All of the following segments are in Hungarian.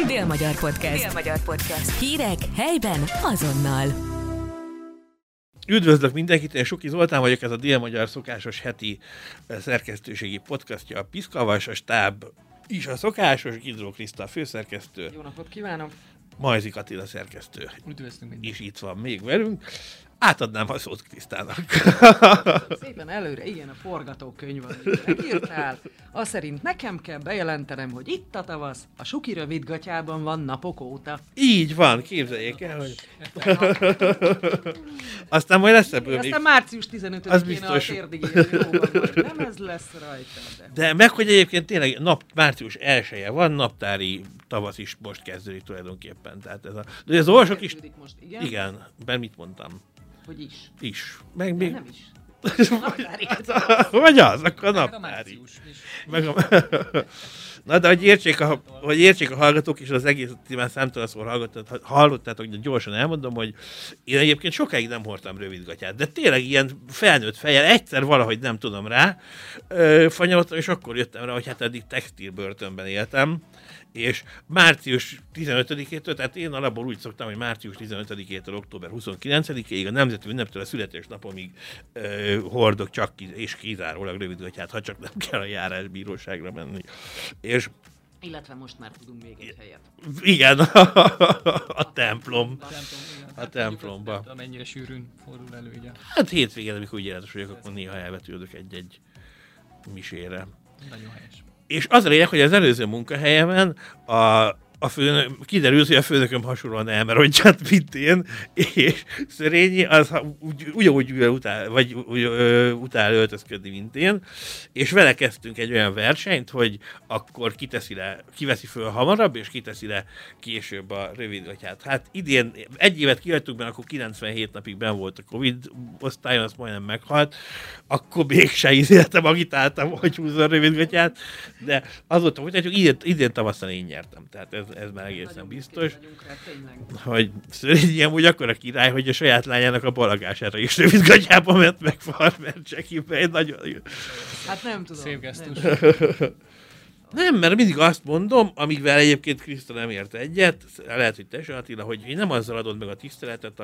Dél-Magyar Podcast. Dél-Magyar Podcast. Hírek helyben azonnal. Üdvözlök mindenkit, én Suki Zoltán vagyok, ez a Dél-Magyar szokásos heti szerkesztőségi podcastja, a Piszkavas, a stáb is a szokásos, Gidró Kriszta a főszerkesztő. Jó napot kívánok! Majzik Attila szerkesztő. Üdvözlünk mindenkit. És itt van még velünk. Átadnám a szót Krisztának. Szépen előre, igen, a forgatókönyv, amit megírtál. Az szerint nekem kell bejelentenem, hogy itt a tavasz, a Suki rövidgatjában van napok óta. Így van, képzeljék el, hogy... Aztán majd lesz ebből még... Aztán március 15-én a térdigérő jóban majd nem ez lesz rajta. De meg, hogy egyébként tényleg március 1-e van, naptári tavasz is most kezdődik tulajdonképpen. Tehát ez a... De az olvasók is... Most, igen? Igen, ben mit mondtam? Hogy is. Is. Meg még... Nem is. Vagy az, akkor naptári. Meg a... Na, de hogy értsék a hallgatók, és az egész már számtalanszor hallottátok, hogy gyorsan elmondom, hogy én egyébként sokáig nem hordtam rövidgatját, de tényleg ilyen felnőtt fejjel egyszer valahogy nem tudom rá fanyalottam, és akkor jöttem rá, hogy hát eddig textilbörtönben éltem, és március 15-től, tehát én alapból úgy szoktam, hogy március 15-től október 29-ig a nemzeti ünneptől a születésnapomig hordok csak és kizárólag rövidgatját, ha csak nem kell a járásbíróságra menni. És illetve most már tudunk még egy helyet. Igen, a templom. A templomba. Amennyire sűrűn fordul elő, ugye? Hát hétvégén, amikor úgy jelentős vagyok, akkor néha elvetődök egy misére. Nagyon helyes. És az a lényeg, hogy az előző munkahelyemen kiderült, hogy a főnököm hasonlóan elmerodjat, mint én, és Szörényi az ugyanúgy utál öltözködni, mint én, és vele kezdtünk egy olyan versenyt, hogy akkor kiveszi föl hamarabb, és kiteszi le később a rövidgatját. Hát idén egy évet kihagytuk, mert akkor 97 napig benn volt a Covid osztályon, azt majdnem meghalt, akkor mégse ízéltem, agitáltam, hogy húzza a rövidgatját, de azóta, hogy idén tavasszal én nyertem, tehát ez már egészen biztos, hogy Szörényi amúgy akkora király, hogy a saját lányának a balagására is rövidgatjába ment meg farmer csekibe, egy nagyon... Hát nem tudom. Szép gesztus. Nem, mert mindig azt mondom, amígvel egyébként Kriszta nem ért egyet, lehet, hogy te se, Attila, hogy én nem azzal adod meg a tiszteletet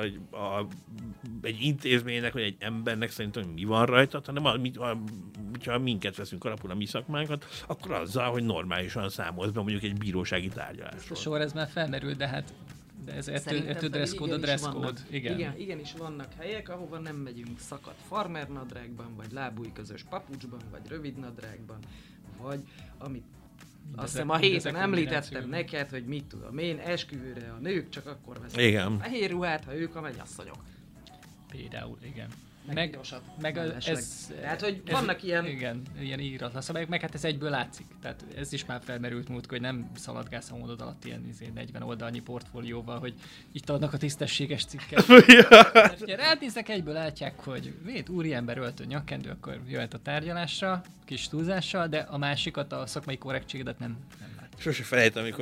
egy intézménynek, vagy egy embernek szerintem, hogy mi van rajta, hanem ha minket veszünk alapul a mi szakmánkat, akkor azzal, hogy normálisan számolsz be mondjuk egy bírósági tárgyalásról. A sor ez már felmerült, de hát ez ettől dresszkód a dresszkód. Igenis vannak helyek, ahova nem megyünk szakadt farmernadrágban, vagy lábújközös papucsban, vagy rövidnadrágban, vagy amit azt hiszem a héten említettem neked, hogy mit tudom én, esküvőre a nők csak akkor veszik a fehér ruhát, ha ők a mennyasszonyok. Például, igen. Meg ez... Tehát, hogy vannak ilyen... Igen, ilyen íratlan szabályok, meg hát ez egyből látszik. Tehát ez is már felmerült múlt, hogy nem szaladgálsz a mondod alatt ilyen 40 oldalnyi portfólióval, hogy itt adnak a tisztességes cikket. Ha ránéznek, egyből látják, hogy úriember öltő nyakkendő, akkor jöhet a tárgyalásra, kis túlzással, de a másikat, a szakmai korrektségedet nem látják. Sose felejtem, amikor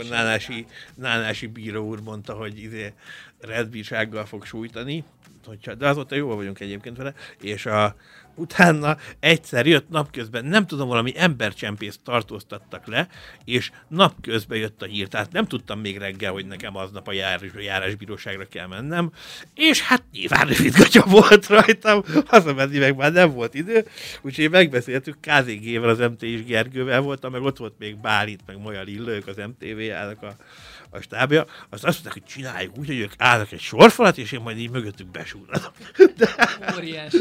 Nánási bíró úr mondta, hogy redbírsággal fog sújtani, de azóta jól vagyunk egyébként vele, és utána egyszer jött napközben, nem tudom, valami embercsempészt tartóztattak le, és napközben jött a hír, tehát nem tudtam még reggel, hogy nekem aznap a járásbíróságra kell mennem, és hát nyilván rövidgatya volt rajtam, hazamenni meg már nem volt idő, úgyhogy megbeszéltük, KZG-vel, az MT-s Gergővel voltam, meg ott volt még Bálint, meg Maja Lillők, az MTV-jának a stábja, azt mondták, hogy csináljuk úgy, hogy ők állnak egy sorfalat, és én majd így mögöttük besúrradok. Óriási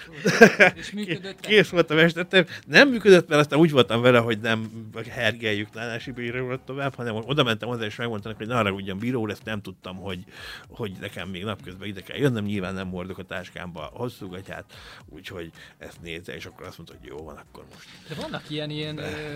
és működött? Kész voltam este. Nem működött, mert aztán úgy voltam vele, hogy nem hergeljük Nánási bíróra tovább, hanem oda mentem hozzá, és megmondtam, hogy ne haragudjon bíró, ezt nem tudtam, hogy nekem még napközben ide kell jönnöm, nyilván nem hordok a táskámba a hosszúgatját, úgyhogy ezt nézze, és akkor azt mondta, hogy jó van, akkor most. De vannak ilyen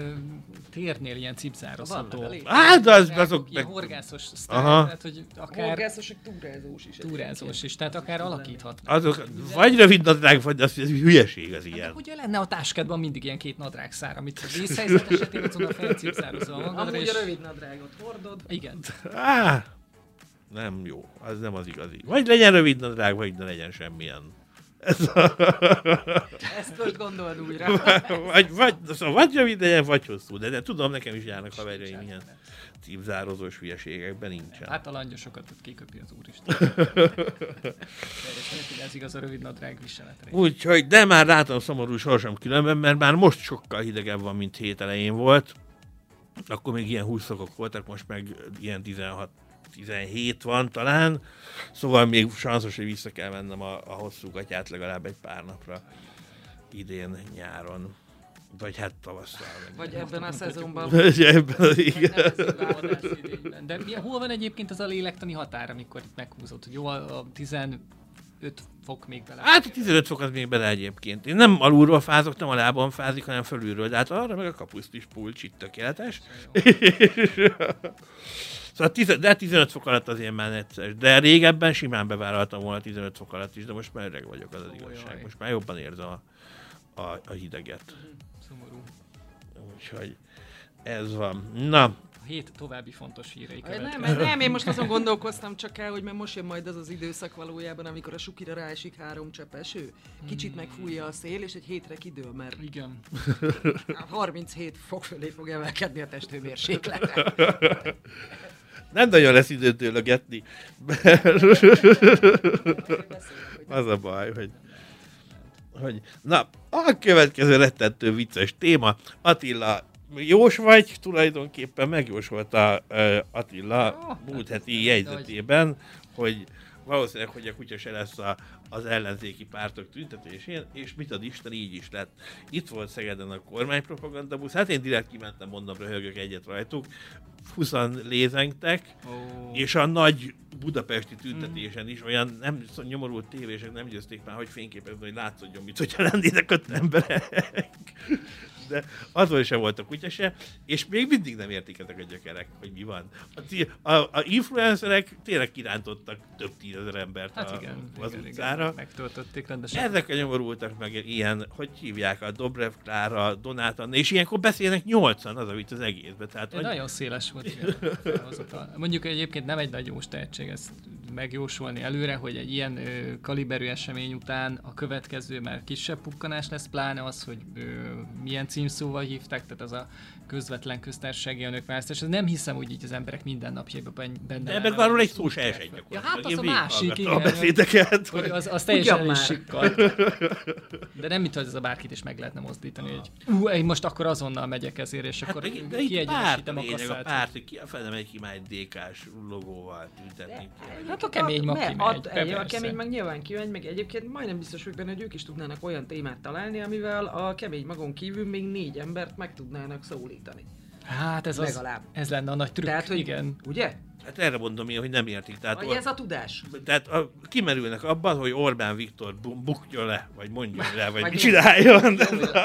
térnél ilyen cipzározható. Hát azok ilyen horgászos sztár, tehát hogy akár... Horgászos, túrázós is. Tehát akár alakíthatnak. Azok vagy rövid nadrág, vagy az hülyeség az ilyen. Ugye lenne a táskádban mindig ilyen két nadrágszár, amit vészhelyzet esetén ott a felcipszározol magadra. Amúgy a rövid nadrágot hordod. Igen. Nem jó, az nem az igazi. Vagy legyen rövid nadrág, vagy ne legyen semmilyen Ezt most gondold újra. vagy rövid legyen, vagy hosszú, de tudom, nekem is járnak haverjaim ilyen címzározós hülyeségekben nincsen. Hát a langyosokat ott kiköpi az úristen. Ez igaz a rövid nadrág viseletre. Úgyhogy, de már látom szomorú sorsam különben, mert már most sokkal hidegebb van, mint hét elején volt. Akkor még ilyen 20 fokok voltak, most meg ilyen 16-17 van talán. Szóval még sanszos, hogy vissza kell mennem a hosszú gatyát legalább egy pár napra idén nyáron. Vagy hát tavasszal. Vagy ebben a szezonban. De hol van egyébként az a lélektani határ, amikor itt meghúzott, hogy jó, a 15 fok még bele? Hát a 15 fok az még bele egyébként. Én nem alulról fázok, nem a lábam fázik, hanem fölülről. De hát arra meg a kapusztis pulcs itt tökéletes. Szóval de 15 fok alatt azért már necces. De régebben simán bevállaltam volna 15 fok alatt is, de most már öreg vagyok, az az igazság. Most már jobban érzem a hideget. Szomorú. Úgyhogy ez van. Na. A hét további fontos hírei következnek. Nem, én most azon gondolkoztam csak el, hogy mert most jön majd az időszak valójában, amikor a sukira ráesik 3 csepp eső. Kicsit megfújja a szél, és egy hétre kidől, mert igen. 37 fok fölé fog emelkedni a testhőmérséklete. Nem nagyon lesz időt dőlögetni. Az a baj, hogy... Na, a következő rettentő vicces téma. Attila, jós vagy? Tulajdonképpen megjósolta Attila múlt heti jegyzetében, hogy valószínűleg, hogy a kutya se lesz az ellenzéki pártok tüntetésén, és mit ad Isten, így is lett. Itt volt Szegeden a kormánypropagandabusz, hát én direkt kimentem, mondom, röhögök egyet rajtuk, 20-an lézengtek, és a nagy budapesti tüntetésen is olyan nem nyomorult tévések nem győzték már, hogy fényképezni, hogy látszódjon, mit, hogyha lennének ott emberek. De azon sem volt a kutya se, és még mindig nem értik ezek a gyökerek, hogy mi van. A influencerek tényleg kirántottak több 10 000 embert hát az utcára. Megtöltötték rendesen. Ezek a nyomorultak meg ilyen, hogy hívják, a Dobrev Klára, Donát Anna, és ilyenkor beszélnek 8-an, az a vicc az egészben. Tehát, nagyon széles volt. Mondjuk egyébként nem egy nagy jós tehetség ezt megjósolni előre, hogy egy ilyen kaliberű esemény után a következő már kisebb pukkanás lesz, pláne az, hogy milyen címszóval hívták, tehát az a közvetlen köztársasági elnökválasztás. Nem hiszem, hogy így az emberek mindennapjában benne. De meg arról egy szó se esett gyakorlatilag. Ja, hát az a másik, igen. A beszédeket. Az teljesen is sikkad. De nem mint, hogy ez a bárkit is meg lehetne mozdítani, hogy én most akkor azonnal megyek ezért, és akkor kiegyenesítem a kasszát. A párt, hogy ki a fele megy ki már egy DK-s logóval tüntetni. Hát a kemény mag kimegy. A kemény mag nyilván kimegy, meg egyébként majdnem biztos vagyok benne, hogy ők is tudnának olyan témát találni, amivel a kemény magon kívül még 4 embert meg tudnának szólítani. Hát ez lenne a nagy trükk, tehát, hogy, igen. Ugye? Hát erre mondom én, hogy nem értik. Tehát vagy ez a tudás? Tehát kimerülnek abban, hogy Orbán Viktor bukjon le, vagy mondjon le, vagy mit csináljon.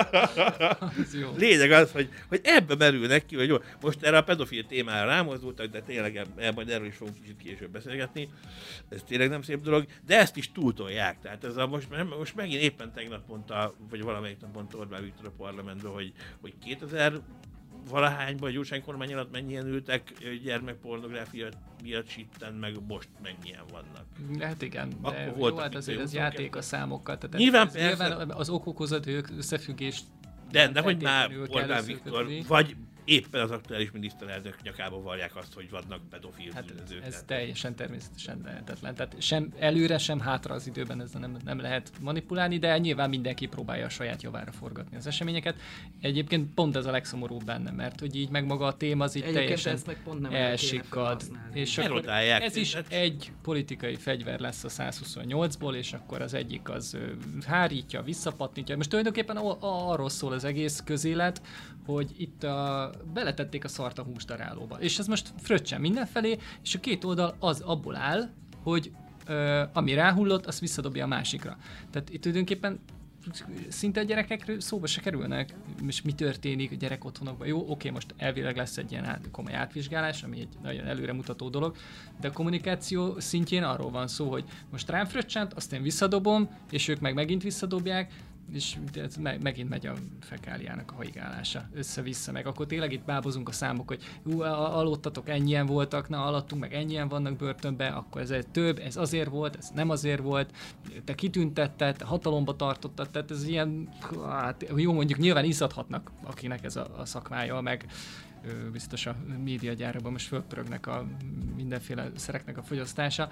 Lényeg az, hogy ebbe merülnek ki, hogy jó, most erre a pedofil témára rámozdultak, de tényleg majd erről is fogunk kicsit később beszélgetni. Ez tényleg nem szép dolog, de ezt is túltolják. Tehát ez most megint éppen tegnap mondta, vagy valamelyik nap mondta Orbán Viktor a parlamentben, hogy 2000 valahányban, Gyurcsány kormány alatt mennyien ültek gyermekpornográfia miatt sitten, meg most mennyien vannak. Hát igen, de akkor jó, hát azért ez játék a számokkal. Tehát nyilván az okokozati összefüggést de hogy már Orbán Viktor, vagy éppen az aktuális miniszterelnök nyakába varják azt, hogy vannak pedofil bűnözők. Ez teljesen természetesen lehetetlen. Tehát sem előre, sem hátra az időben ezzel nem lehet manipulálni, de nyilván mindenki próbálja a saját javára forgatni az eseményeket. Egyébként pont ez a legszomorúbb benne, mert hogy így meg maga a téma az így teljesen elsikkad. És akkor ez is egy politikai fegyver lesz a 128-ból, és akkor az egyik az hárítja, visszapatintja. Most tulajdonképpen arról szól az egész közélet, hogy itt beletették a szart a húsdarálóba. És ez most fröccsen mindenfelé, és a két oldal az abból áll, hogy ami ráhullott, azt visszadobja a másikra. Tehát itt tulajdonképpen szinte a gyerekekről szóba se kerülnek, és mi történik a gyerek otthonokban. Jó, oké, most elvileg lesz egy ilyen komoly átvizsgálás, ami egy nagyon előremutató dolog, de a kommunikáció szintjén arról van szó, hogy most rám fröccsent, azt én visszadobom, és ők meg megint visszadobják, És ez megint megy a fekáliának a haigálása össze-vissza, meg akkor tényleg itt bábozunk a számok, hogy aludtatok, ennyien voltak, na alattunk, meg ennyien vannak börtönben, akkor ez több, ez azért volt, ez nem azért volt, te kitüntetted, te hatalomba tartottad, tehát ez ilyen, hát jó, mondjuk nyilván izzadhatnak, akinek ez a szakmája, meg biztos a médiagyárakban most fölpörögnek a mindenféle szereknek a fogyasztása.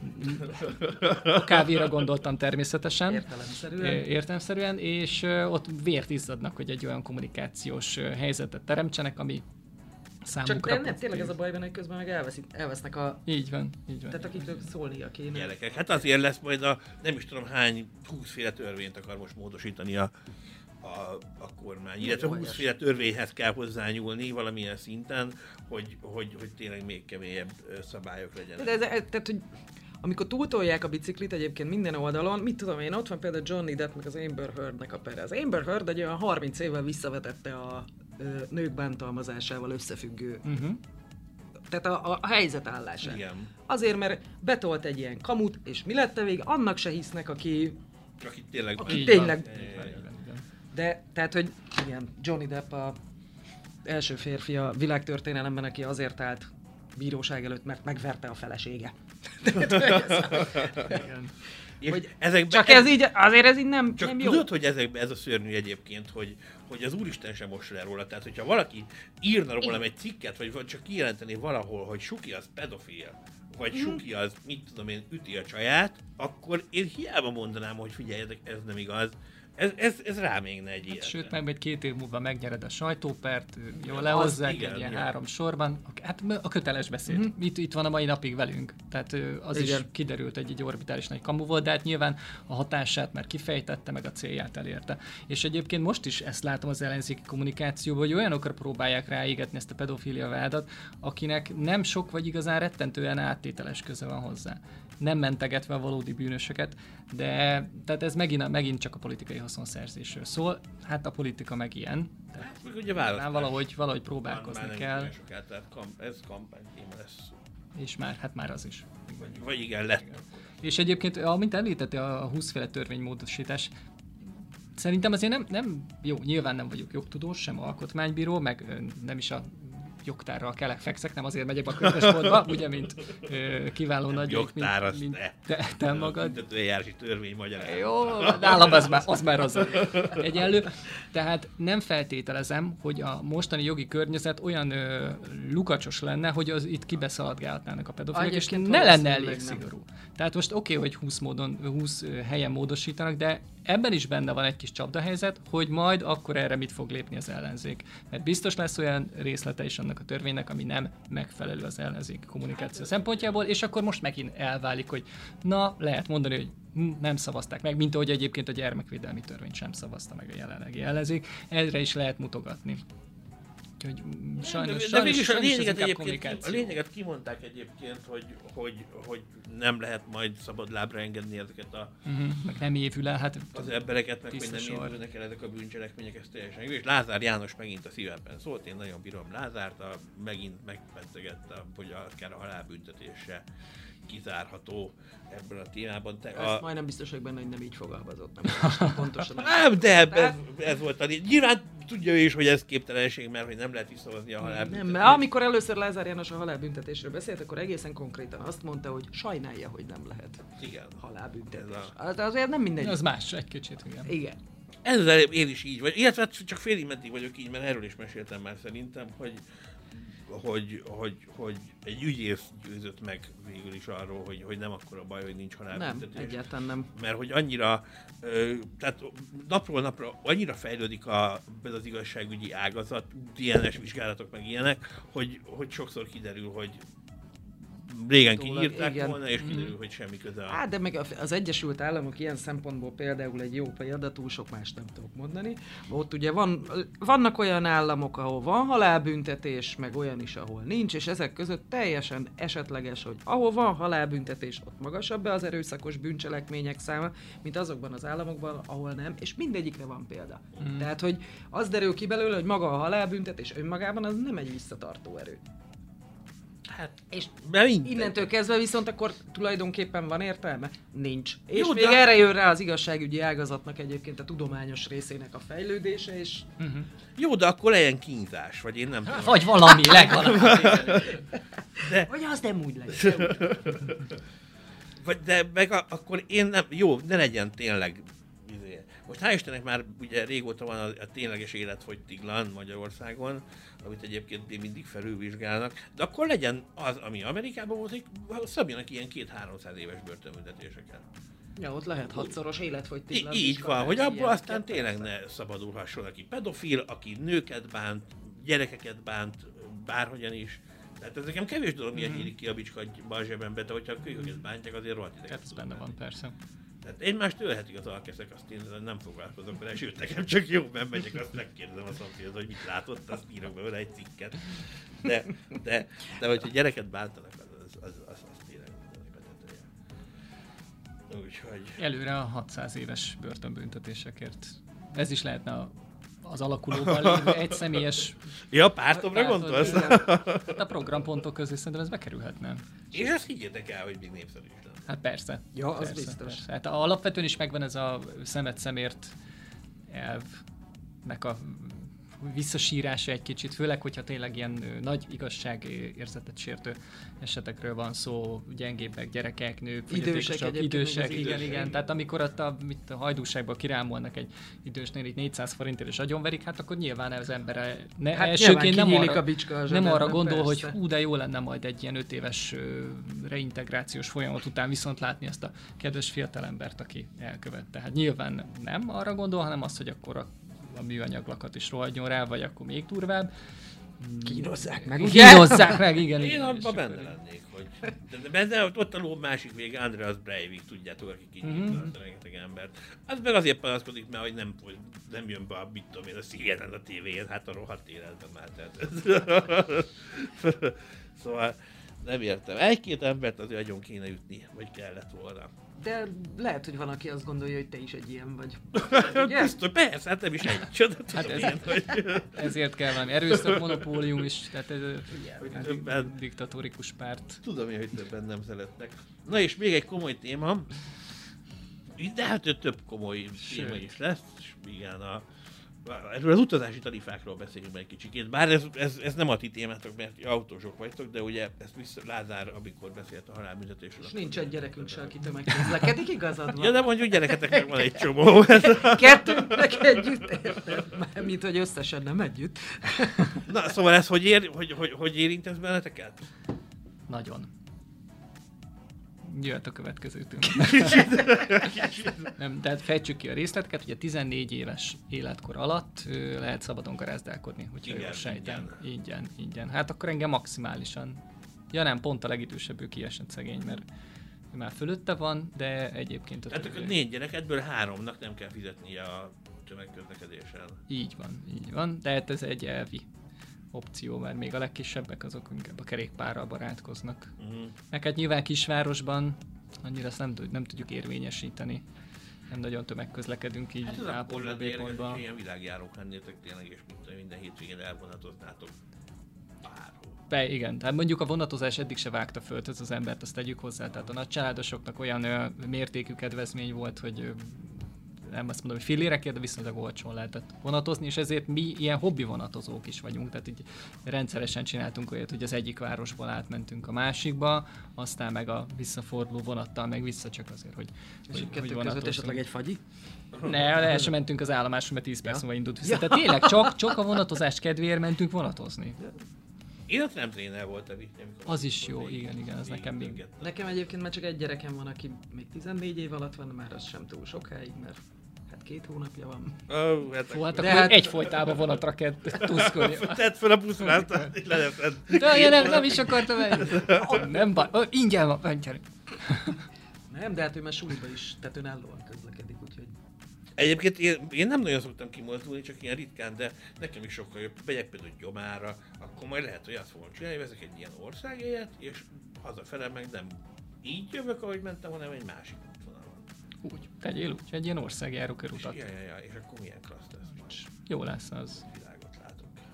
A kávéra gondoltam természetesen. Értelemszerűen, és ott vért izzadnak, hogy egy olyan kommunikációs helyzetet teremtsenek, ami számukra... Csak nem, tényleg ez a baj benne, hogy közben meg elvesznek a... Így van. Tehát akikről szólnia kéne. Gyerekek, hát azért lesz majd nem is tudom hány 20 féle törvényt akar most módosítani a kormány, illetve 20 féle törvényhez kell hozzányúlni valamilyen szinten, hogy tényleg még keményebb szabályok legyenek. Tehát, hogy amikor túltolják a biciklit egyébként minden oldalon, mit tudom én, ott van például Johnny Depp meg az Amber Heardnek a pere. Az Amber Heard egy olyan 30 évvel visszavetette a nők bántalmazásával összefüggő tehát a helyzetállását. Igen. Azért, mert betolt egy ilyen kamut, és mi lett a vég? Annak se hisznek, aki tényleg... De, tehát, hogy igen, Johnny Depp a első férfi a világtörténelemben, aki azért állt bíróság előtt, mert megverte a felesége. Csak ez így, azért ez így nem jó. Tudod, hogy ezekben ez a szörnyű egyébként, hogy az Úristen sem most le róla. Tehát, hogyha valaki írna rólam egy cikket, vagy csak kijelenteni valahol, hogy Suki az pedofil, vagy Suki az, mit tudom én, üti a csaját, akkor én hiába mondanám, hogy figyeljetek, ez nem igaz. Ez rám égne egy ilyet. Sőt, meg 2 év múlva megnyered a sajtópert, jól lehozzák egy ilyen 3 sorban. Hát a köteles beszéd. Itt van a mai napig velünk. Tehát az is kiderült, egy orbitális nagy kamu volt, de hát nyilván a hatását már kifejtette, meg a célját elérte. És egyébként most is ezt látom az ellenzéki kommunikációban, hogy olyanokra próbálják ráégetni ezt a pedofília vádat, akinek nem sok vagy igazán rettentően áttételes köze van hozzá. Nem mentegetve a valódi bűnösöket, de tehát ez megint csak a politikai haszonszerzésről szól. Hát a politika meg ilyen. Hát, ugye valahogy próbálkozni kell. Soká, tehát ez kampánytéma lesz. És már az is. Vagy igen, lett. És egyébként, amint említette a 20 féle törvénymódosítás, szerintem azért nem jó, nyilván nem vagyok jogtudós, sem alkotmánybíró, meg nem is a jogtárral kelek fekszek, nem azért megyek a könyvesboltba, ugye, mint kiváló nagyok, jogtár, mint te magad. Büntetőeljárási törvény magyarázat. Jó, nálam az már az egyenlő. Tehát nem feltételezem, hogy a mostani jogi környezet olyan lukacsos lenne, hogy itt kibeszaladgálhatnának a pedofilek, és ne lenne elég szigorú. Tehát most oké, hogy 20 helyen módosítanak, de ebben is benne van egy kis csapdahelyzet, hogy majd akkor erre mit fog lépni az ellenzék. Mert biztos lesz olyan részlete is annak a törvénynek, ami nem megfelelő az ellenzék kommunikáció szempontjából, és akkor most megint elválik, hogy lehet mondani, hogy nem szavazták meg, mint ahogy egyébként a gyermekvédelmi törvényt sem szavazta meg a jelenlegi ellenzék. Erre is lehet mutogatni. Úgyhogy sajnos a lényeget kimondták egyébként, hogy nem lehet majd szabad lábra engedni ezeket meg nem évül el, hát az embereket, meg hogy nem évülnek el ezek a bűncselekmények, ez teljesen jó. És Lázár János megint a szívemben szólt, én nagyon bírom Lázárt, megint megpedzegette, hogy akár a halálbüntetése kizárható ebben a témában. Ezt majdnem biztos vagyok benne, hogy nem így fogalmazott. Pontosan. Nem, de ez volt a lényeg. Nyilván tudja ő is, hogy ez képtelenség, mert hogy nem lehet visszavazni a halálbüntetést. Nem, mert amikor először Lázár János a halálbüntetésről beszélt, akkor egészen konkrétan azt mondta, hogy sajnálja, hogy nem lehet halálbüntetés. Azért nem mindegy. Az más, egy kicsit, igen. Ezzel én is így vagy, illetve csak félig meddig vagyok így, mert erről is meséltem már szerintem, hogy egy ügyész győzött meg végül is arról, hogy nem akkora baj, hogy nincs halálbüntetés. Nem, egyáltalán nem. Mert hogy annyira, tehát napról napra annyira fejlődik ez az igazságügyi ágazat, DNS vizsgálatok meg ilyenek, hogy sokszor kiderül, hogy régen kiírták volna, és kiderül, hogy semmi köze. Hát, de meg az Egyesült Államok ilyen szempontból például egy jó példa, túl sok más nem tudok mondani. Ott ugye vannak olyan államok, ahol van halálbüntetés, meg olyan is, ahol nincs, és ezek között teljesen esetleges, hogy ahol van halálbüntetés, ott magasabb be az erőszakos bűncselekmények száma, mint azokban az államokban, ahol nem, és mindegyikre van példa. Tehát, hogy az derül ki belőle, hogy maga a halálbüntetés önmagában az nem egy visszatartó erő. Hát, és mindegy. innentől kezdve viszont akkor tulajdonképpen van értelme? Nincs. És Jó, még de... erre jön rá az igazságügyi ágazatnak egyébként a tudományos részének a fejlődése, és... Jó, de akkor legyen kínzás, vagy én nem tudom. Vagy valami, legalább. Vagy az nem úgy lesz. De meg akkor én nem... Jó, ne legyen tényleg... Most hál' Istennek már ugye régóta van a tényleges életfogytiglan Magyarországon, amit egyébként még mindig felülvizsgálnak, de akkor legyen az, ami Amerikában volt, hogy szabjanak ilyen 200-300 éves börtönbüntetéseket. Ja, ott lehet 6-szoros életfogytiglan. Így van, hogy abból aztán tényleg ne szabadulhasson, aki pedofil, aki nőket bánt, gyerekeket bánt, bárhogyan is. Tehát ez nekem kevés dolog, miért nyílik ki a bicska a zsebembe, de hogyha a kölyöket bántják, azért rohadt ideget. Hát ez benne van, persze. Tehát egymást ölhetik az alkeszek, azt én nem foglalkozok vele, sőt nekem csak jó, mert megyek, azt megkérdezem a szomszédot, hogy mit látott, azt írok be vele egy cikket. De hogyha gyereket bántanak, az tényleg betetője. Úgyhogy... Előre a 600 éves börtönbüntetésekért. Ez is lehetne az alakulóban lévő egyszemélyes... Ja, pártomra gondolsz? Hát a programpontok közé szerintem ez bekerülhetne. És ezt higgyétek el, hogy még népszerű is lenne. Hát persze. Ja, az persze, biztos. Persze. Hát alapvetően is megvan ez a szemet szemért elvnek a visszasírása egy kicsit, főleg, hogyha tényleg ilyen nagy igazságérzetet sértő esetekről van szó, gyengébbek, gyerekek, nők, idősek, igen. Tehát amikor ott a hajdúságból kirámolnak egy idős nénit 400 forintért és agyonverik, hát akkor nyilván az ember elsőként nem arra gondol, persze. Hogy hú, de jó lenne majd egy ilyen 5 éves reintegrációs folyamat után viszont látni ezt a kedves fiatalembert, aki elkövette. Hát nyilván nem arra gondol, hanem az, hogy akkor a műanyaglakat is rohadjon rá, vagy akkor még durvább. Kínozzák meg, ugye? Kínozzák meg, igen. Én abban benne lennék, hogy... De benne ott a ló másik vége, Andreas Breivik, tudjátok, aki kinyitva rengeteg embert. Az meg azért panaszkodik, mert hogy nem jön be a, mit tudom én, a CNN a tévéjén, hát a rohadt életben már. Szóval nem értem. Egy-két embert azért agyon kéne ütni, vagy kellett volna. De lehet, hogy van, aki azt gondolja, hogy te is egy ilyen vagy. Biztos, persze, hát nem is egy csoda. Hát ezért kell valami erőszak monopólium is, tehát ez diktatórikus párt. Tudom én, hogy többen nem szeretnek. Na és még egy komoly téma, de hát több komoly téma is lesz, és igen, erről az utazási tarifákról beszéljünk egy kicsikét, bár ez nem a ti témátok, mert autósok vagytok, de ugye ezt Lázár, amikor beszélt a halálbüntetésről. És nincs egy gyerekünk se, aki tömegközlekedik, igazad van. Ja, de mondjuk gyereketeknek van egy csomó. Kettőnknek együtt, értem. Mint hogy összesen nem együtt. Na, szóval ez hogy érint ez benneteket? Nagyon. Jöhet a következő tőle. Nem, tehát fejtsük ki a részleteket, ugye 14 éves életkor alatt lehet szabadon garázdálkodni, hogyha jól sejtem. Ingyen. Hát akkor engem maximálisan. Ja nem, pont a legidősebb ő kiesett szegény, mert ő már fölötte van, de egyébként... Tehát akkor 4 gyerekedből 3-nak nem kell fizetnie a tömegközlekedésen. Így van, de hát ez egy elvi opció, mert még a legkisebbek azok inkább a kerékpárral barátkoznak. Meg hát nyilván kisvárosban annyira ezt nem tudjuk érvényesíteni. Nem nagyon tömegközlekedünk így Ápoló B-pontban. Ilyen világjárók lennétek tényleg, és minden hétvégén elvonatoznátok bárhol. Igen, tehát mondjuk a vonatozás eddig se vágta föl ez az embert, azt tegyük hozzá. Tehát a nagycsaládosoknak olyan mértékű kedvezmény volt, hogy nem azt mondom, hogy fillérekért, de viszonylag olcsón lehetett vonatozni, és ezért mi ilyen hobbi vonatozók is vagyunk, tehát így rendszeresen csináltunk olyat, hogy az egyik városból átmentünk a másikba, aztán meg a visszaforduló vonattal meg vissza, csak azért, hogy között esetleg egy fagyi? Ne, el sem mentünk az állomásra, mert 10 perc múlva indult vissza. Tehát tényleg csak a vonatozás kedvéért mentünk vonatozni. Én ott nem trénel voltam itt. Az is jó, igen, az nekem még. Nekem egyébként már csak egy gyerekem van, aki még 14 év alatt van, már az sem túl sokáig, mert hát 2 hónapja van. Hát akkor egyfolytában vonatra kell tuszkolni. Tedd fel a buszrát, és leleszed. Nem is akartam elni. Nem baj, ingyen van, menj. Nem, de hát ő már suliba is, tehát önállóan közlekedik, úgyhogy... Egyébként én nem nagyon szoktam kimozdulni, csak ilyen ritkán, de nekem is sokkal jobb. Megyek például Gyomára, akkor majd lehet, hogy azt fogom csinálni, vezek egy ilyen országélyet, és hazafele meg nem így jövök, ahogy mentem, hanem egy másik útvonalon. Úgy, tegyél úgy, egy ilyen országjáró körutat. Ja, és akkor milyen klassz lesz. Jó lesz az. Világot látok.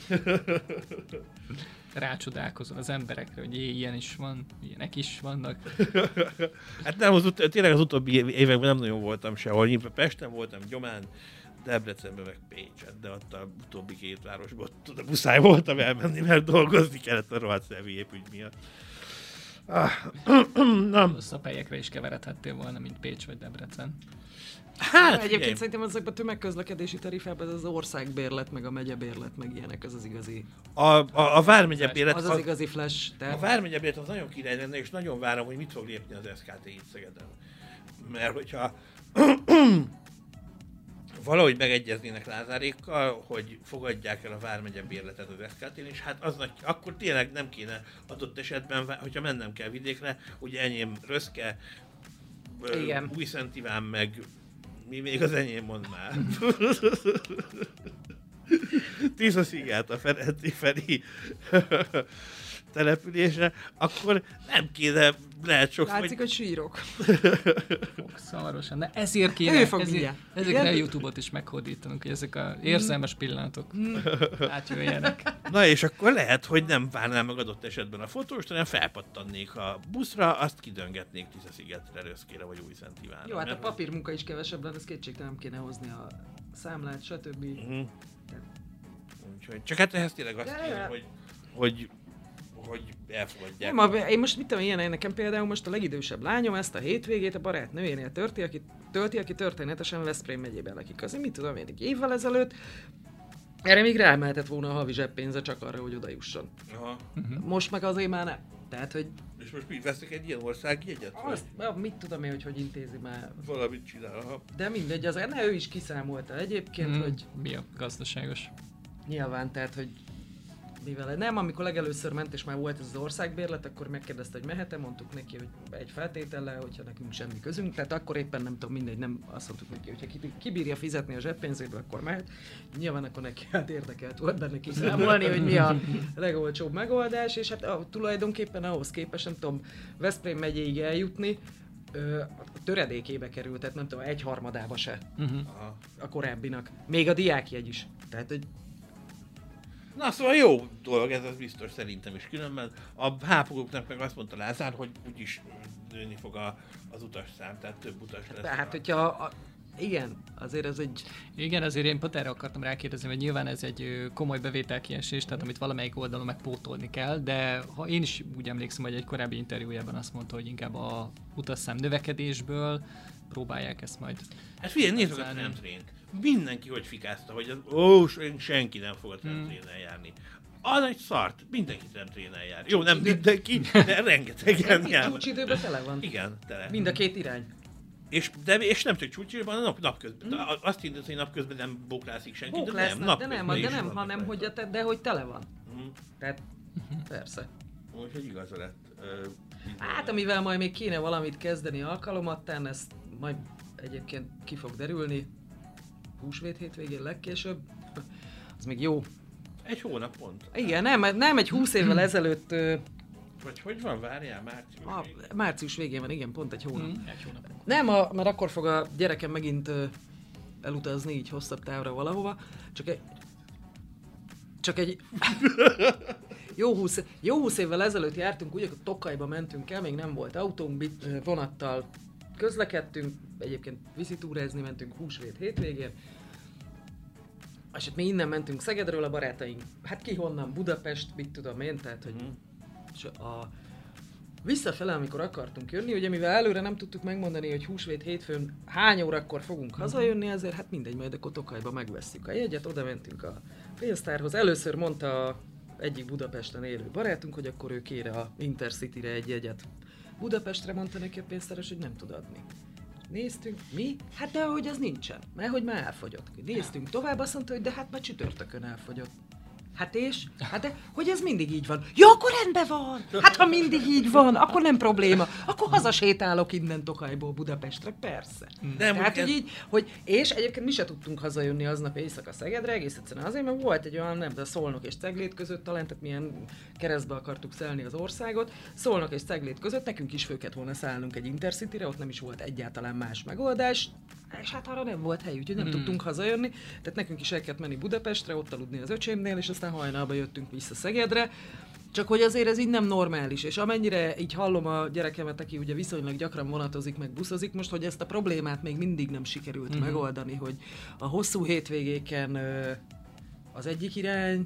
Rácsodálkozol az emberekre, hogy ilyen is van, ilyenek is vannak. Hát nem, tényleg az utóbbi években nem nagyon voltam sehol. Nyilván Pesten voltam, Gyomán, Debrecenben meg Pécset, de ott a utóbbi 2 városban ott muszáj voltam elmenni, mert dolgozni kellett a rohadt személyépügy miatt. Rosszabb helyekre is keveredhettél volna, mint Pécs vagy Debrecen. Hát, egyébként szerintem ezekben a tömegközlekedési tarifában az országbérlet, meg a megyebérlet, meg ilyenek, az igazi. A vármegyebérlet az igazi flash. A vármegyebérlet az nagyon király lenne, és nagyon várom, hogy mit fog lépni az SKT itt Szegeden. Mert hogyha valahogy megegyeznének Lázárékkal, hogy fogadják el a vármegyebérletet az SKT-n, és hát az akkor tényleg nem kéne adott esetben, hogyha mennem kell vidékre, ugye enyém Röszke, Újszent Iván, meg mi még az enyém, mond már. Tiszaszigát a Ferenci településre, akkor nem kéne, lehet sok... Látszik, hogy sírok. Szamarosan, de ezért kéne, ezért a YouTube-ot is meghódítanunk, hogy ezek az érzelmes pillanatok átjöjjenek. Na és akkor lehet, hogy nem várnám meg adott esetben a fotóst, hanem felpattannék a buszra, azt kidöngetnék Tiszaszigetre, Röszkére vagy Újszent Ivánra. Jó, hát a papírmunka is kevesebb lenne, ez kétségtelen kéne hozni a számlát, stb. Úgyhogy csak hát ehhez tényleg azt kéne, hogy elfogadják. Nem, én most mit tudom, ilyen nekem például most a legidősebb lányom ezt a hétvégét a barátnőjénél tölti, aki történetesen Veszprém megyében lakik. Azért mit tudom én, egy évvel ezelőtt erre még ráemelhetett volna a havi zseppénze csak arra, hogy oda jusson. Aha. Most meg azért már nem. Tehát, hogy... És most mit vesznek egy ilyen országjegyet? Mit tudom én, hogy intézi már. Valamit csinál, aha. De mindegy, azért ő is kiszámolta egyébként, hogy... Mi a gazdaságos? Nyilván, tehát, hogy mivel nem, amikor legelőször ment és már volt ez az országbérlet, akkor megkérdezte, hogy mehet-e, mondtuk neki, hogy egy feltétellel, hogyha nekünk semmi közünk, tehát akkor éppen nem tudom, mindegy, nem azt mondtuk neki, hogyha kibírja fizetni a zseppénzéből, akkor mehet. Nyilván akkor neki hát érdekelt volt benne kiszámolni, hogy mi a legolcsóbb megoldás, és hát tulajdonképpen ahhoz képest, nem tudom, Veszprém megyéig eljutni, a töredékébe került, tehát nem tudom, 1/3 se a korábbinak. Még a diákjegy is. Tehát, hogy na szóval jó dolog ez, az biztos szerintem is. Különben a hápogóknak meg azt mondta Lázár, hogy úgyis nőni fog az utasszám, tehát több utas lesz. Tehát, hogyha igen, azért ez egy... Igen, azért én pont erre akartam rákérdezni, hogy nyilván ez egy komoly bevételkiesés, tehát amit valamelyik oldalon megpótolni kell, de ha én is úgy emlékszem, hogy egy korábbi interjújában azt mondta, hogy inkább a utasszám növekedésből próbálják ezt majd. Hát figyelj, nézzük a tramtrént. Mindenki hogy fikázta, hogy senki nem fog a tramtrénnel járni. Az egy szart, mindenki tramtrénnel jár. Jó, nem mindenki, de rengetegen jár. Csúcsidőben tele van. Igen, tele. Mind a két irány. És nem csak csúcsidőben, hanem napközben. Azt indult, hogy napközben nem bóklászik senki, Bóklásznak, de nem, hanem hogy tele van. Tehát, persze. Úgyhogy igaza lett. Hát, amivel majd még kéne valamit kezdeni alkalomattán, ezt majd egyébként ki fog derülni. Húsvét hétvégén legkésőbb. Az még jó. Egy hónap pont. Igen, nem egy 20 évvel ezelőtt... Vagy hogy van, várjál, március végén? Március végén van, igen, pont egy hónap. Egy hónap. Nem, mert akkor fog a gyerekem megint elutazni így hosszabb távra valahova. Csak egy jó 20 évvel ezelőtt jártunk, ugye Tokajba mentünk el, még nem volt autónk, vonattal közlekedtünk, egyébként viszitúrázni mentünk húsvét hétvégén. És hát mi innen mentünk Szegedről, a barátaink, hát ki honnan, Budapest, mit tudom én, tehát hogy visszafele, amikor akartunk jönni, ugye mivel előre nem tudtuk megmondani, hogy húsvét hétfőn hány órakor fogunk hazajönni, ezért hát mindegy, majd akkor Tokajba megvesszük a jegyet, oda mentünk a pénztárhoz. Először mondta egyik Budapesten élő barátunk, hogy akkor ő kére a Intercity-re egy jegyet. Budapestre mondta neki a pénztáros, hogy nem tud adni. Néztünk, mi? Hát de hogy az nincsen, mert hogy már elfogyott. Néztünk tovább, azt mondta, hogy de hát már csütörtökön elfogyott. Hát és? Hát de, hogy ez mindig így van. Ja, akkor rendben van! Hát ha mindig így van, akkor nem probléma. Akkor hazasétálok innen Tokajból Budapestre, persze. Tehát, hogy így, és egyébként mi se tudtunk hazajönni aznap éjszaka Szegedre, egész egyszerűen azért, mert volt egy olyan, nem, de Szolnok és Ceglét között talán, tehát milyen keresztbe akartuk szelni az országot. Szolnok és Ceglét között nekünk is föl kellett volna szállnunk egy Intercity-re, ott nem is volt egyáltalán más megoldás. És hát arra nem volt hely, úgyhogy nem tudtunk hazajönni. Tehát nekünk is el kellett menni Budapestre, ott aludni az öcsémnél, és aztán hajnalba jöttünk vissza Szegedre. Csak hogy azért ez így nem normális, és amennyire így hallom a gyerekemet, aki ugye viszonylag gyakran vonatozik, meg buszozik most, hogy ezt a problémát még mindig nem sikerült megoldani, hogy a hosszú hétvégéken az egyik irány,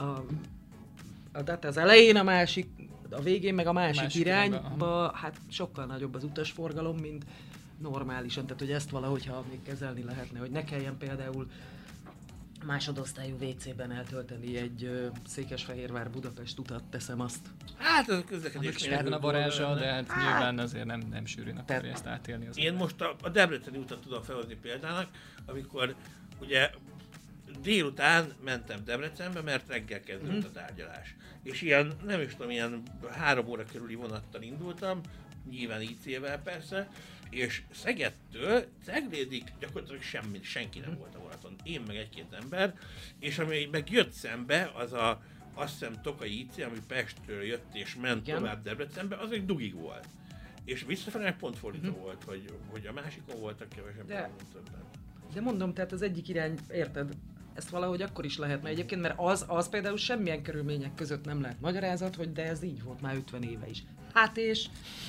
tehát az elején a másik, a végén meg a másik irányba, hát sokkal nagyobb az utasforgalom, mint normálisan, tehát hogy ezt valahogyha még kezelni lehetne, hogy ne kelljen például másodosztályú WC-ben eltölteni egy Székesfehérvár-Budapest utat, teszem azt. Hát ez a közlekedés a varázsa, de hát nyilván azért nem sűrűn akarja ezt átélni. Az én most a Debreceni utat tudom felhozni példának, amikor ugye délután mentem Debrecenbe, mert reggel kezdődött a tárgyalás. És ilyen, nem is tudom, ilyen 3 óra körüli vonattal indultam, nyilván IC-vel persze, és Szegedtől Ceglédig gyakorlatilag senki nem volt a vonaton. Én meg egy-két ember, és ami meg jött szembe, az a azt hiszem Tokai IC, ami Pestről jött és ment tovább Debrecenbe, az egy dugig volt. És visszafelé pont fordító volt, hogy a másikon voltak kevesebben, többen. De mondom, tehát az egyik irány, érted? Ezt valahogy akkor is lehetne egyébként, mert az például semmilyen körülmények között nem lehet magyarázat, hogy de ez így volt már 50 éve is. Hát és...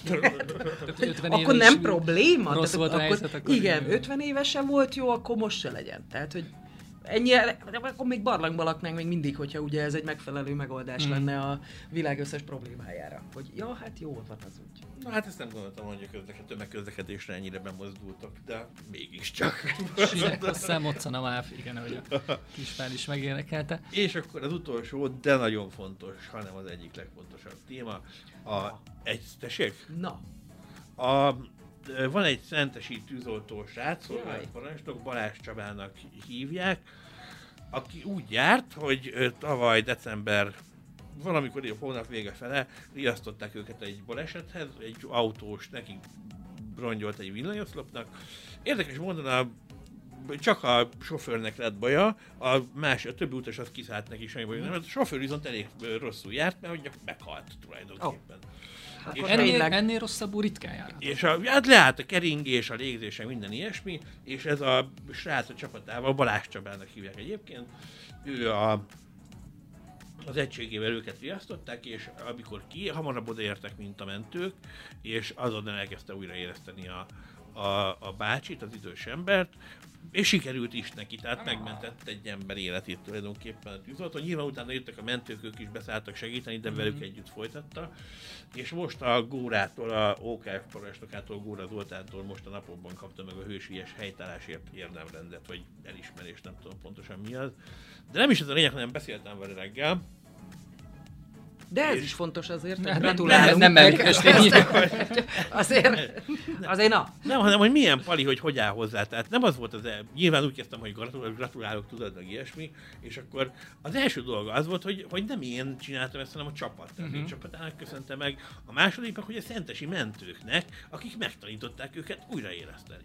akkor nem probléma? Rossz volt a helyzet, akkor igen, 50 éves sem volt jó, akkor most se legyen. Tehát, hogy ennyi, akkor még barlangban laknánk még mindig, hogyha ugye ez egy megfelelő megoldás lenne a világ összes problémájára. Hogy ja, hát jó van az úgy. Na hát ezt nem gondoltam, hogy a tömegközlekedésre ennyire bemozdultok, de mégiscsak. A szemotszan a MÁV, igen, ahogy a Kispál is megénekelte. És akkor az utolsó, de nagyon fontos, hanem az egyik legfontosabb téma, tessék? Na. Van egy szentesi tűzoltó srác, parancsnok, Balázs Csabának hívják, aki úgy járt, hogy tavaly december valamikor a hónap vége fele riasztották őket egy balesethez, egy autós nekik rongyolt egy villanyoszlopnak. Érdekes módon csak a sofőrnek lett baja, a többi utas az kiszállt neki semmi baj, a sofőr viszont elég rosszul járt, mert ugye meghalt tulajdonképpen. És ennél rosszabbul ritkán jár. És hát leállt a keringés, a légzése, minden ilyesmi, és ez a srác a csapatával, Balázs Csabának hívják egyébként, ő az egységével őket riasztották, és amikor hamarabb odaértek, mint a mentők, és azonnal elkezdte újraéleszteni a bácsit, az idős embert, és sikerült is neki, tehát megmentett egy ember életét tulajdonképpen a tűzoltó. Nyilván utána jöttek a mentők, ők is beszálltak segíteni, de velük együtt folytatta. És most a Górától, a OKF parancsnokától, Góra Zoltántól most a napokban kapta meg a hősies helytállásért érdemrendet, vagy elismerést, nem tudom pontosan mi az. De nem is ez a lényeg, hanem beszéltem vele reggel. De ez is fontos azért, hogy gratulálunk. Nem azért na. Nem, hanem hogy milyen Pali, hogy áll hozzá. Tehát nem az volt nyilván úgy kezdtem, hogy gratulálok, tudod, meg ilyesmi, és akkor az első dolga az volt, hogy nem én csináltam ezt, hanem a csapat. Tehát a csapatának köszönte meg. A második meg, hogy a szentesi mentőknek, akik megtanították őket újraéleszteni.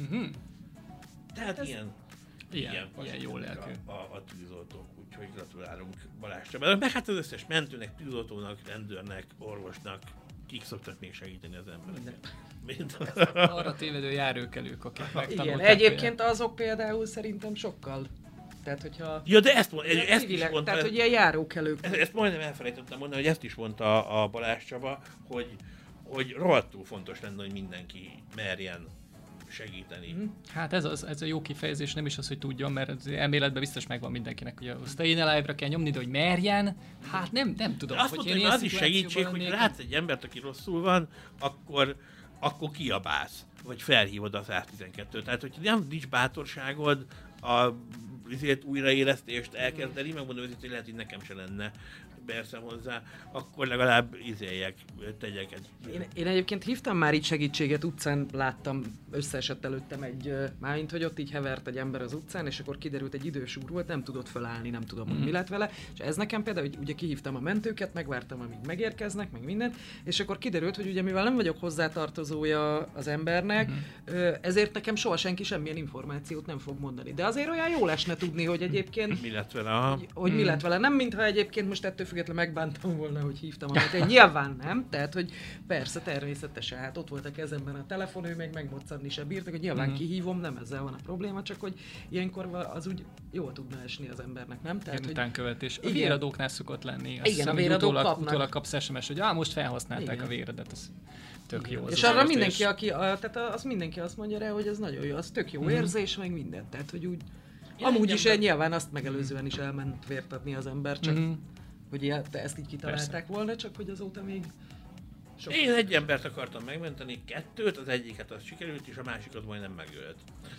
Tehát ilyen jó lelkű. A tűzoltók, úgyhogy gratulálunk Balázs Csabának. Meg hát az összes mentőnek, tűzoltónak, rendőrnek, orvosnak, kik szoktak még segíteni az embereket. Arra tévedő járőkelők, akik megtanulták. Igen, egyébként azok például szerintem sokkal. Tehát, hogyha... Ja, de ezt is mondta. Tehát, hogy ilyen járókelők. Ezt majdnem elfelejtettem mondani, hogy ezt is mondta a Balázs Csaba, hogy rohadtul fontos lenne, hogy mindenki merjen segíteni. Hát ez a jó kifejezés, nem is az, hogy tudjon, mert az elméletben biztos megvan mindenkinek, hogy a Stay Alive-ra kell nyomni, de hogy merjen, hát nem tudom. Azt mondta, hogy az is segítség, hogy látsz egy embert, aki rosszul van, akkor kiabálsz, vagy felhívod a 112-t. Tehát, hogy nem nincs bátorságod azért újraélesztést elkezdeni, megmondom, hogy lehet, hogy nekem se lenne perszem hozzá, akkor legalább tegyek egy... Én egyébként hívtam már így segítséget, utcán láttam, összeesett előttem mármint, hogy ott így hevert egy ember az utcán, és akkor kiderült, egy idős úr volt, nem tudott fölállni, nem tudom, hogy mi lett vele, és ez nekem például, hogy ugye kihívtam a mentőket, megvártam, amíg megérkeznek, meg minden, és akkor kiderült, hogy ugye mivel nem vagyok hozzátartozója az embernek, ezért nekem soha senki semmilyen információt nem fog mondani. De azért olyan jó lesne tudni, hogy egyébként... mi lett vele? Hogy mi lett vele. Nem mintha egyébként most ettől függetlenül megbántam volna, hogy hívtam, amit én nyilván nem, tehát, hogy persze, természetesen, hát ott volt a kezemben a telefon, ő még megmoccanni se bírtak, hogy nyilván kihívom, nem ezzel van a probléma, csak hogy ilyenkor az úgy jól tudna esni az embernek, nem? Tehát, hogy utánkövetés. A igen. véradóknál szokott lenni. Azt igen, hiszem, a véradók kapnak. Utólag kapsz SMS, hogy most felhasználták igen. a véredet, ez tök jó. És arra mindenki, tehát az mindenki azt mondja rá, hogy ez nagyon jó, az tök jó érzés, meg minden, tehát, hogy úgy amúgy is nyilván azt megelőzően is elment vért adni az ember, csak hogy ezt így kitalálták volna, csak hogy azóta még sok. Én egy embert akartam megmenteni, 2, az egyiket az sikerült, és a másikat majdnem megölt.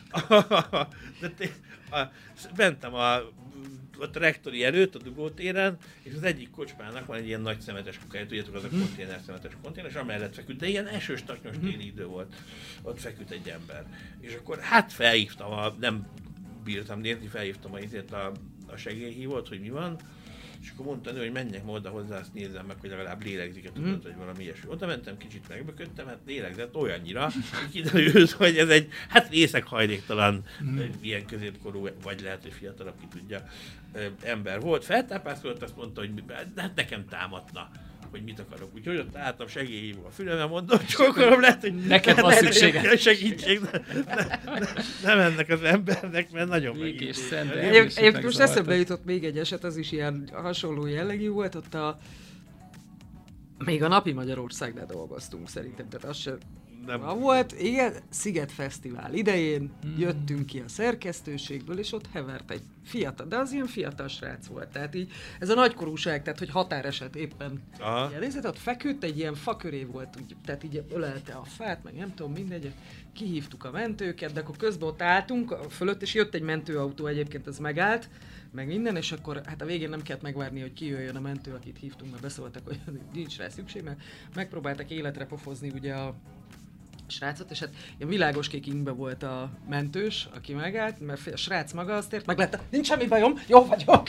Mentem a traktori előtt, a dugótéren, és az egyik kocsmának van egy ilyen nagy szemetes kukája, tudjátok, az a konténer, szemetes konténer, és amellett feküdt, de ilyen esős, taknyos téli idő volt, ott feküdt egy ember. És akkor hát felhívtam, nem bírtam nézni, felhívtam a segélyhívót, hogy mi van, és akkor mondta, hogy menjek ma oda hozzá, azt nézzem meg, hogy legalább lélegzik-e, tudod, hogy valami ilyesmi. Oda mentem, kicsit megbököttem, hát lélegzett olyannyira, hogy kiderült, hogy ez egy, hát részeghajléktalan, ilyen középkorú, vagy lehet, hogy fiatalabb, ki tudja, ember volt. Feltápászkodott, azt mondta, hogy hát nekem támadna, hogy mit akarok. Úgyhogy ott álltam segélyhívó a fülemben, mondom, csókolom, lehet, hogy neked van szükséged. Segítség, nem ennek az embernek, mert nagyon megint. Egyébként most eszembe jutott még egy eset, az is ilyen hasonló jellegű volt, ott még a Napi Magyarországnál dolgoztunk szerintem, tehát az sem volt, igen, Sziget Fesztivál idején jöttünk ki a szerkesztőségből, és ott hevert egy fiatal, de az ilyen fiatal srác volt, tehát így ez a nagykorúság, tehát hogy határeset éppen nézett, ott feküdt, egy ilyen fa köré volt, úgy, tehát így ölelte a fát, meg nem tudom, mindegy, kihívtuk a mentőket, de akkor közben ott álltunk fölött, és jött egy mentőautó, egyébként ez megállt, meg minden, és akkor hát a végén nem kellett megvárni, hogy kijöjjön a mentő, akit hívtunk, mert beszóltak, hogy nincs rá szükség, mert megpróbáltak életre pofozni ugye a srácot, és hát ilyen világos kék ingben volt a mentős, aki megállt, mert a srác maga azt ért, meg lett, nincs semmi bajom, jó vagyok.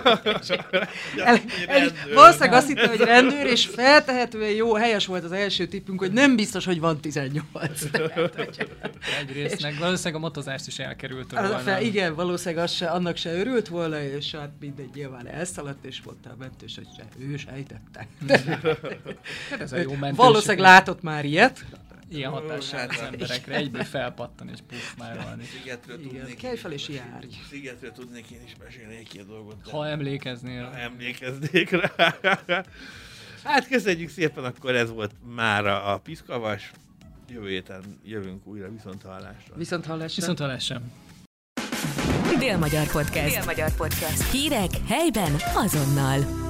Valószínűleg azt hittem, hogy rendőr, és feltehetően jó, helyes volt az első tippünk, hogy nem biztos, hogy van 18. Egyrészt, meg valószínűleg a motozást is elkerült volna. Igen, valószínűleg annak se örült volna, és hát mindegy, nyilván elszaladt, és mondta a mentős, hogy ő sejtette. Hát ez a jó mentős. Valószínűleg látott már ilyet. Ilyen hatással az emberekre, egyből felpattan és puff már van. Kelj fel és járj. Szigetről tudnék én is mesélni egy-két dolgot. Ha emlékeznél. Ha emlékeznék rá. Hát köszönjük szépen, akkor ez volt mára a Piszkavas. Jövő héten jövünk újra viszonthallásra. Viszonthallásra. Dél-Magyar Podcast. Hírek helyben azonnal.